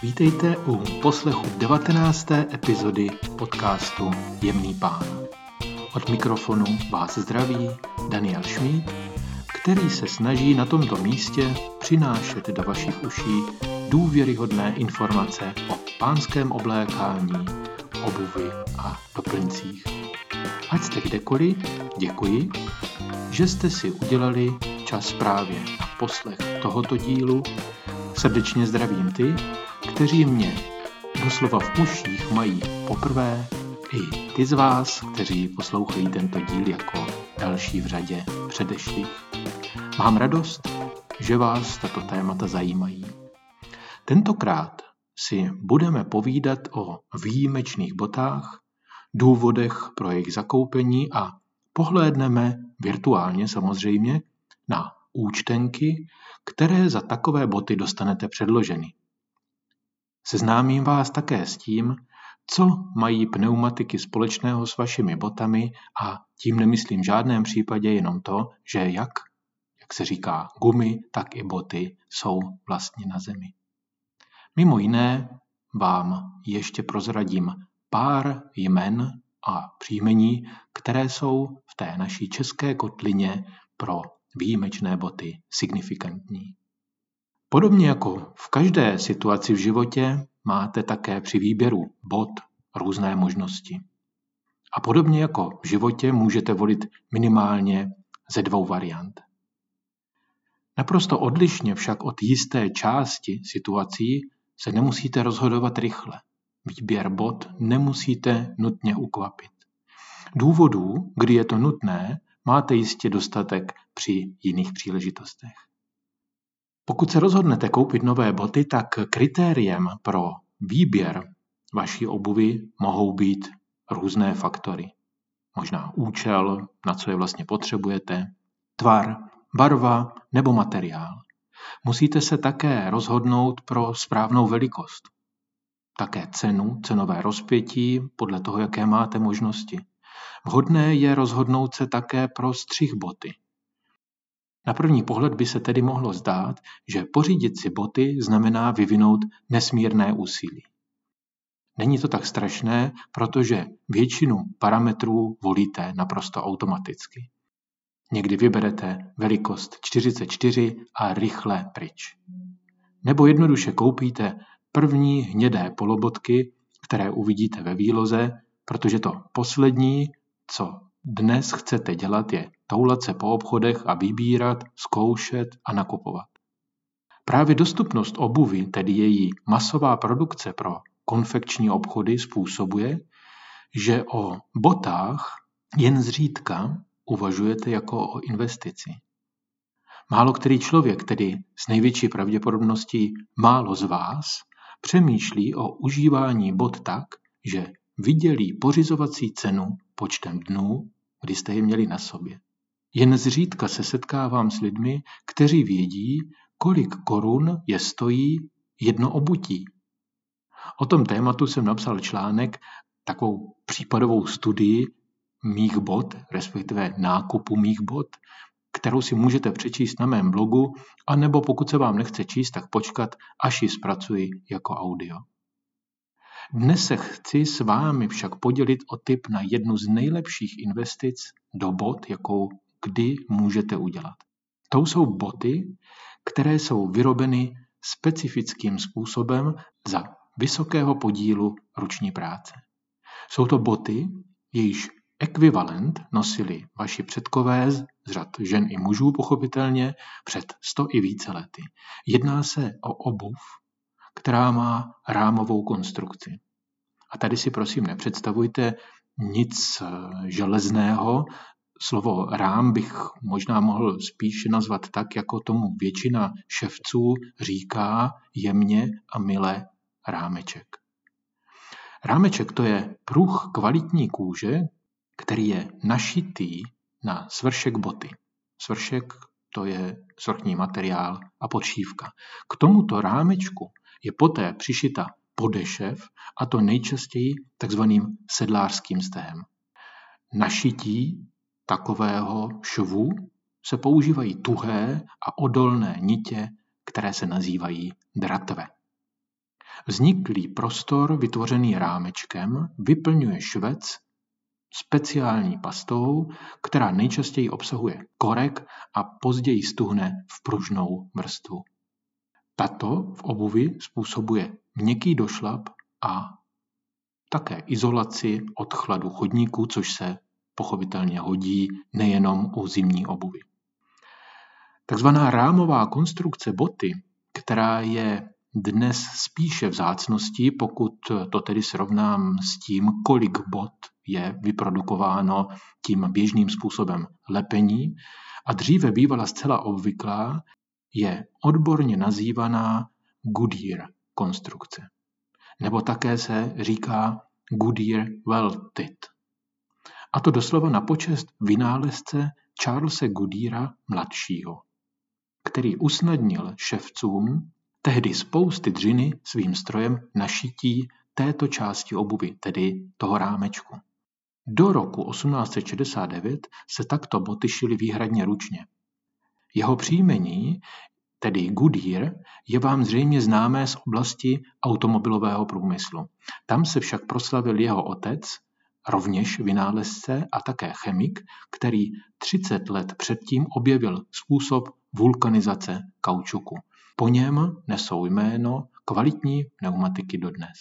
Vítejte u poslechu 19. epizody podcastu Jemný pán. Od mikrofonu vás zdraví Daniel Šmíd, který se snaží na tomto místě přinášet do vašich uší důvěryhodné informace o pánském oblékání, obuvi a doplňcích. Ať jste kdekoliv, děkuji, že jste si udělali čas právě na poslech tohoto dílu. Srdečně zdravím ty, kteří mě doslova v uších mají poprvé, i ty z vás, kteří poslouchají tento díl jako další v řadě předešlých. Mám radost, že vás tato témata zajímají. Tentokrát si budeme povídat o výjimečných botách, důvodech pro jejich zakoupení a pohlédneme virtuálně samozřejmě na účtenky, které za takové boty dostanete předloženy. Seznámím vás také s tím, co mají pneumatiky společného s vašimi botami a tím nemyslím v žádném případě jenom to, že jak se říká, gumy, tak i boty jsou vlastně na zemi. Mimo jiné vám ještě prozradím pár jmen a příjmení, které jsou v té naší české kotlině pro výjimečné boty signifikantní. Podobně jako v každé situaci v životě máte také při výběru bot různé možnosti. A podobně jako v životě můžete volit minimálně ze 2 variant. Naprosto odlišně však od jisté části situací se nemusíte rozhodovat rychle. Výběr bot nemusíte nutně ukvapit. Důvodů, kdy je to nutné, máte jistě dostatek při jiných příležitostech. Pokud se rozhodnete koupit nové boty, tak kritériem pro výběr vaší obuvi mohou být různé faktory. Možná účel, na co je vlastně potřebujete, tvar, barva nebo materiál. Musíte se také rozhodnout pro správnou velikost. Také cenu, cenové rozpětí podle toho, jaké máte možnosti. Vhodné je rozhodnout se také pro střih boty. Na první pohled by se tedy mohlo zdát, že pořídit si boty znamená vyvinout nesmírné úsilí. Není to tak strašné, protože většinu parametrů volíte naprosto automaticky. Někdy vyberete velikost 44 a rychle pryč. Nebo jednoduše koupíte první hnědé polobotky, které uvidíte ve výloze, protože to poslední, co dnes chcete dělat, je toulat se po obchodech a vybírat, zkoušet a nakupovat. Právě dostupnost obuvi, tedy její masová produkce pro konfekční obchody, způsobuje, že o botách jen zřídka uvažujete jako o investici. Málo který člověk, tedy s největší pravděpodobností málo z vás, přemýšlí o užívání bot tak, že vydělí pořizovací cenu počtem dnů, kdy jste je měli na sobě. Jen zřídka se setkávám s lidmi, kteří vědí, kolik korun je stojí jedno obutí. O tom tématu jsem napsal článek, takovou případovou studii mých bot, respektive nákupu mých bot, kterou si můžete přečíst na mém blogu, anebo pokud se vám nechce číst, tak počkat, až ji zpracuji jako audio. Dnes se chci s vámi však podělit o tip na jednu z nejlepších investic do bot, jakou kdy můžete udělat. To jsou boty, které jsou vyrobeny specifickým způsobem za vysokého podílu ruční práce. Jsou to boty, jejíž ekvivalent nosili vaši předkové z řad žen i mužů pochopitelně před 100 i více lety. Jedná se o obuv, která má rámovou konstrukci. A tady si prosím nepředstavujte nic železného. Slovo rám bych možná mohl spíše nazvat tak, jako tomu většina ševců říká jemně a milé rámeček. Rámeček to je pruh kvalitní kůže, který je našitý na svršek boty. Svršek to je svrchní materiál a podšívka. K tomuto rámečku je poté přišita podešev, a to nejčastěji takzvaným sedlářským stehem. Na šití takového švu se používají tuhé a odolné nitě, které se nazývají dratve. Vzniklý prostor vytvořený rámečkem vyplňuje švec speciální pastou, která nejčastěji obsahuje korek a později stuhne v pružnou vrstvu. Tato v obuvi způsobuje měkký došlap a také izolaci od chladu chodníků, což se pochopitelně hodí nejenom u zimní obuvy. Takzvaná rámová konstrukce boty, která je dnes spíše vzácností, pokud to tedy srovnám s tím, kolik bot je vyprodukováno tím běžným způsobem lepení a dříve bývala zcela obvyklá, je odborně nazývaná Goodyear konstrukce. Nebo také se říká Goodyear Welted. A to doslova na počest vynálezce Charlese Goodyeara mladšího, který usnadnil ševcům tehdy spousty dřiny svým strojem na šití této části obuvy, tedy toho rámečku. Do roku 1869 se takto boty šily výhradně ručně. Jeho příjmení, tedy Goodyear, je vám zřejmě známé z oblasti automobilového průmyslu. Tam se však proslavil jeho otec, rovněž vynálezce a také chemik, který 30 let předtím objevil způsob vulkanizace kaučuku. Po něm nesou jméno kvalitní pneumatiky dodnes.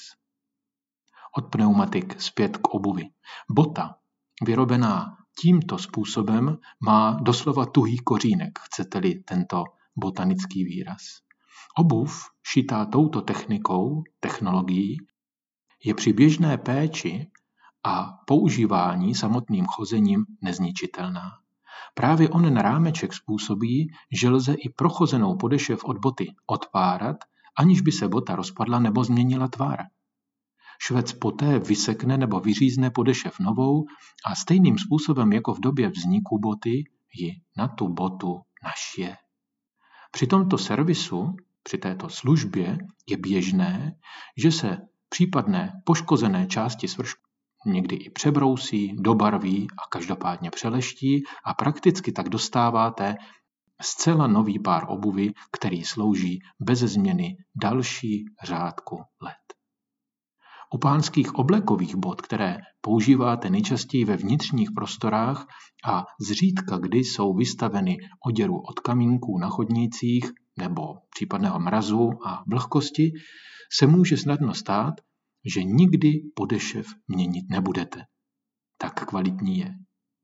Od pneumatik zpět k obuvi. Bota, vyrobená tímto způsobem, má doslova tuhý kořínek, chcete-li tento botanický výraz. Obuv, šitá touto technologií, je při běžné péči a používání samotným chozením nezničitelná. Právě onen rámeček způsobí, že lze i prochozenou podešev od boty odpárat, aniž by se bota rozpadla nebo změnila tvar. Švec poté vysekne nebo vyřízne podešev novou a stejným způsobem jako v době vzniku boty ji na tu botu našije. Při tomto servisu, při této službě je běžné, že se případné poškozené části svršku někdy i přebrousí, dobarví a každopádně přeleští a prakticky tak dostáváte zcela nový pár obuvy, který slouží bez změny další řádku let. U pánských oblekových bot, které používáte nejčastěji ve vnitřních prostorách a zřídka kdy jsou vystaveny oděru od kamínků na chodnících nebo případného mrazu a vlhkosti, se může snadno stát, že nikdy podešev měnit nebudete. Tak kvalitní je.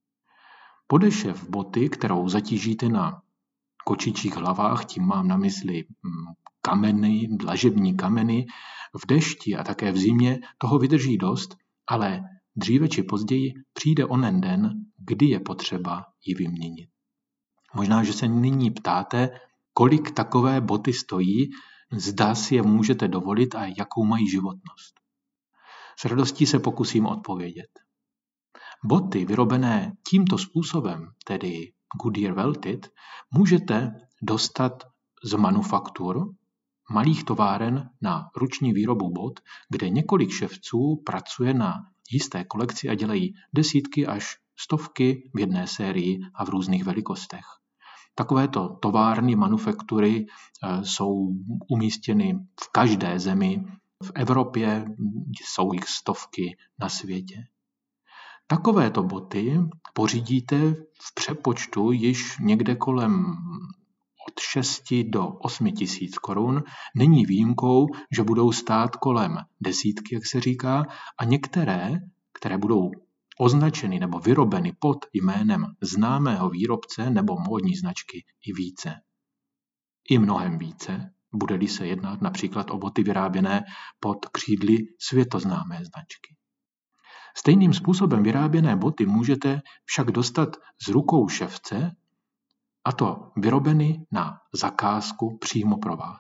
Podešev boty, kterou zatížíte na kočičích hlavách, tím mám na mysli kameny, dlažební kameny, v dešti a také v zimě, toho vydrží dost, ale dříve či později přijde onen den, kdy je potřeba ji vyměnit. Možná, že se nyní ptáte, kolik takové boty stojí, zda si je můžete dovolit a jakou mají životnost. S radostí se pokusím odpovědět. Boty vyrobené tímto způsobem, tedy Goodyear Welted, můžete dostat z manufaktur, malých továren na ruční výrobu bot, kde několik ševců pracuje na jisté kolekci a dělají desítky až stovky v jedné sérii a v různých velikostech. Takovéto továrny, manufaktury jsou umístěny v každé zemi. V Evropě jsou jich stovky na světě. Takovéto boty pořídíte v přepočtu již někde kolem od 6 do 8 tisíc korun. Není výjimkou, že budou stát kolem desítky, jak se říká, a některé, které budou označeny nebo vyrobeny pod jménem známého výrobce nebo módní značky i více. I mnohem více, bude-li se jednat například o boty vyráběné pod křídly světoznámé značky. Stejným způsobem vyráběné boty můžete však dostat z rukou ševce, a to vyrobeny na zakázku přímo pro vás.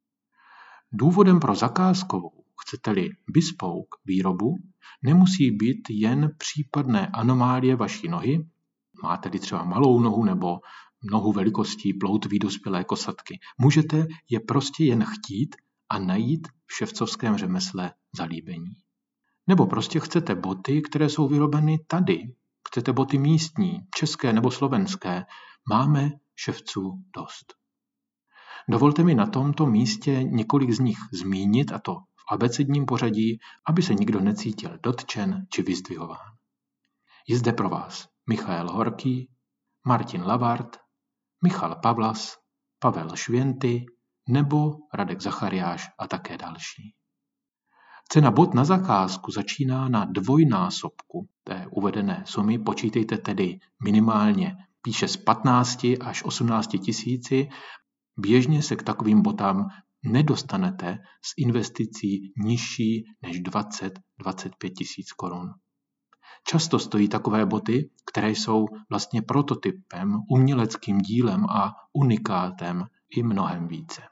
Důvodem pro zakázkovou, chcete-li bespoke výrobu, nemusí být jen případné anomálie vaší nohy, máte-li třeba malou nohu nebo nohu velikostí ploutví dospělé kosatky. Můžete je prostě jen chtít a najít v ševcovském řemesle zalíbení. Nebo prostě chcete boty, které jsou vyrobeny tady. Chcete boty místní, české nebo slovenské. Máme ševců dost. Dovolte mi na tomto místě několik z nich zmínit, a to v abecedním pořadí, aby se nikdo necítil dotčen či vyzdvihován. Je zde pro vás Michael Horký, Martin Lavard, Michal Pavlas, Pavel Švěnty nebo Radek Zachariáš a také další. Cena bot na zakázku začíná na 2násobku té uvedené sumy, počítejte tedy minimálně píše z 15 až 18 tisíci. Běžně se k takovým botám nedostanete s investicí nižší než 20-25 tisíc korun. Často stojí takové boty, které jsou vlastně prototypem, uměleckým dílem a unikátem i mnohem více.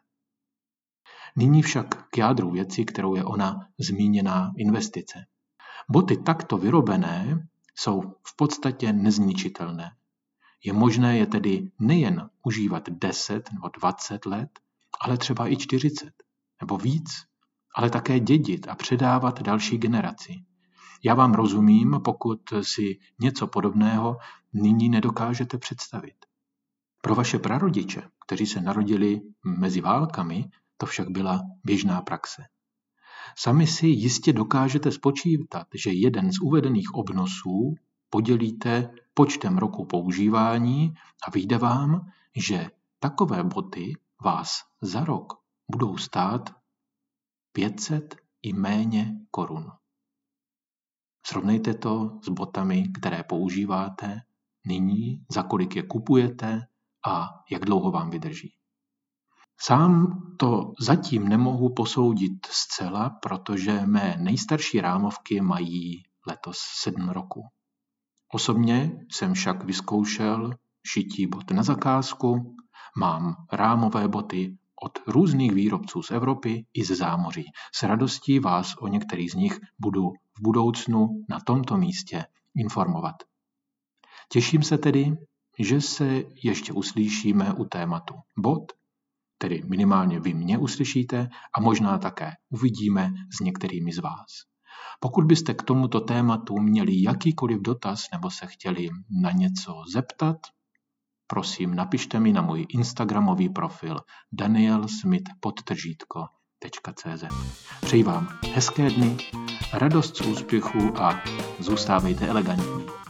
Nyní však k jádru věci, kterou je ona zmíněná investice. Boty takto vyrobené jsou v podstatě nezničitelné. Je možné je tedy nejen užívat 10 nebo 20 let, ale třeba i 40 nebo víc, ale také dědit a předávat další generaci. Já vám rozumím, pokud si něco podobného nyní nedokážete představit. Pro vaše prarodiče, kteří se narodili mezi válkami, to však byla běžná praxe. Sami si jistě dokážete spočítat, že jeden z uvedených obnosů podělíte počtem roku používání a vyjde vám, že takové boty vás za rok budou stát 500 i méně korun. Srovnejte to s botami, které používáte nyní, za kolik je kupujete a jak dlouho vám vydrží. Sám to zatím nemohu posoudit zcela, protože mé nejstarší rámovky mají letos 7 roku. Osobně jsem však vyzkoušel šití bot na zakázku, mám rámové boty od různých výrobců z Evropy i ze zámoří. S radostí vás o některých z nich budu v budoucnu na tomto místě informovat. Těším se tedy, že se ještě uslyšíme u tématu bot, tedy minimálně vy mě uslyšíte a možná také uvidíme s některými z vás. Pokud byste k tomuto tématu měli jakýkoliv dotaz nebo se chtěli na něco zeptat, prosím napište mi na můj instagramový profil danielsmith_.cz. Přeji vám hezké dny, radost z úspěchu a zůstávejte elegantní.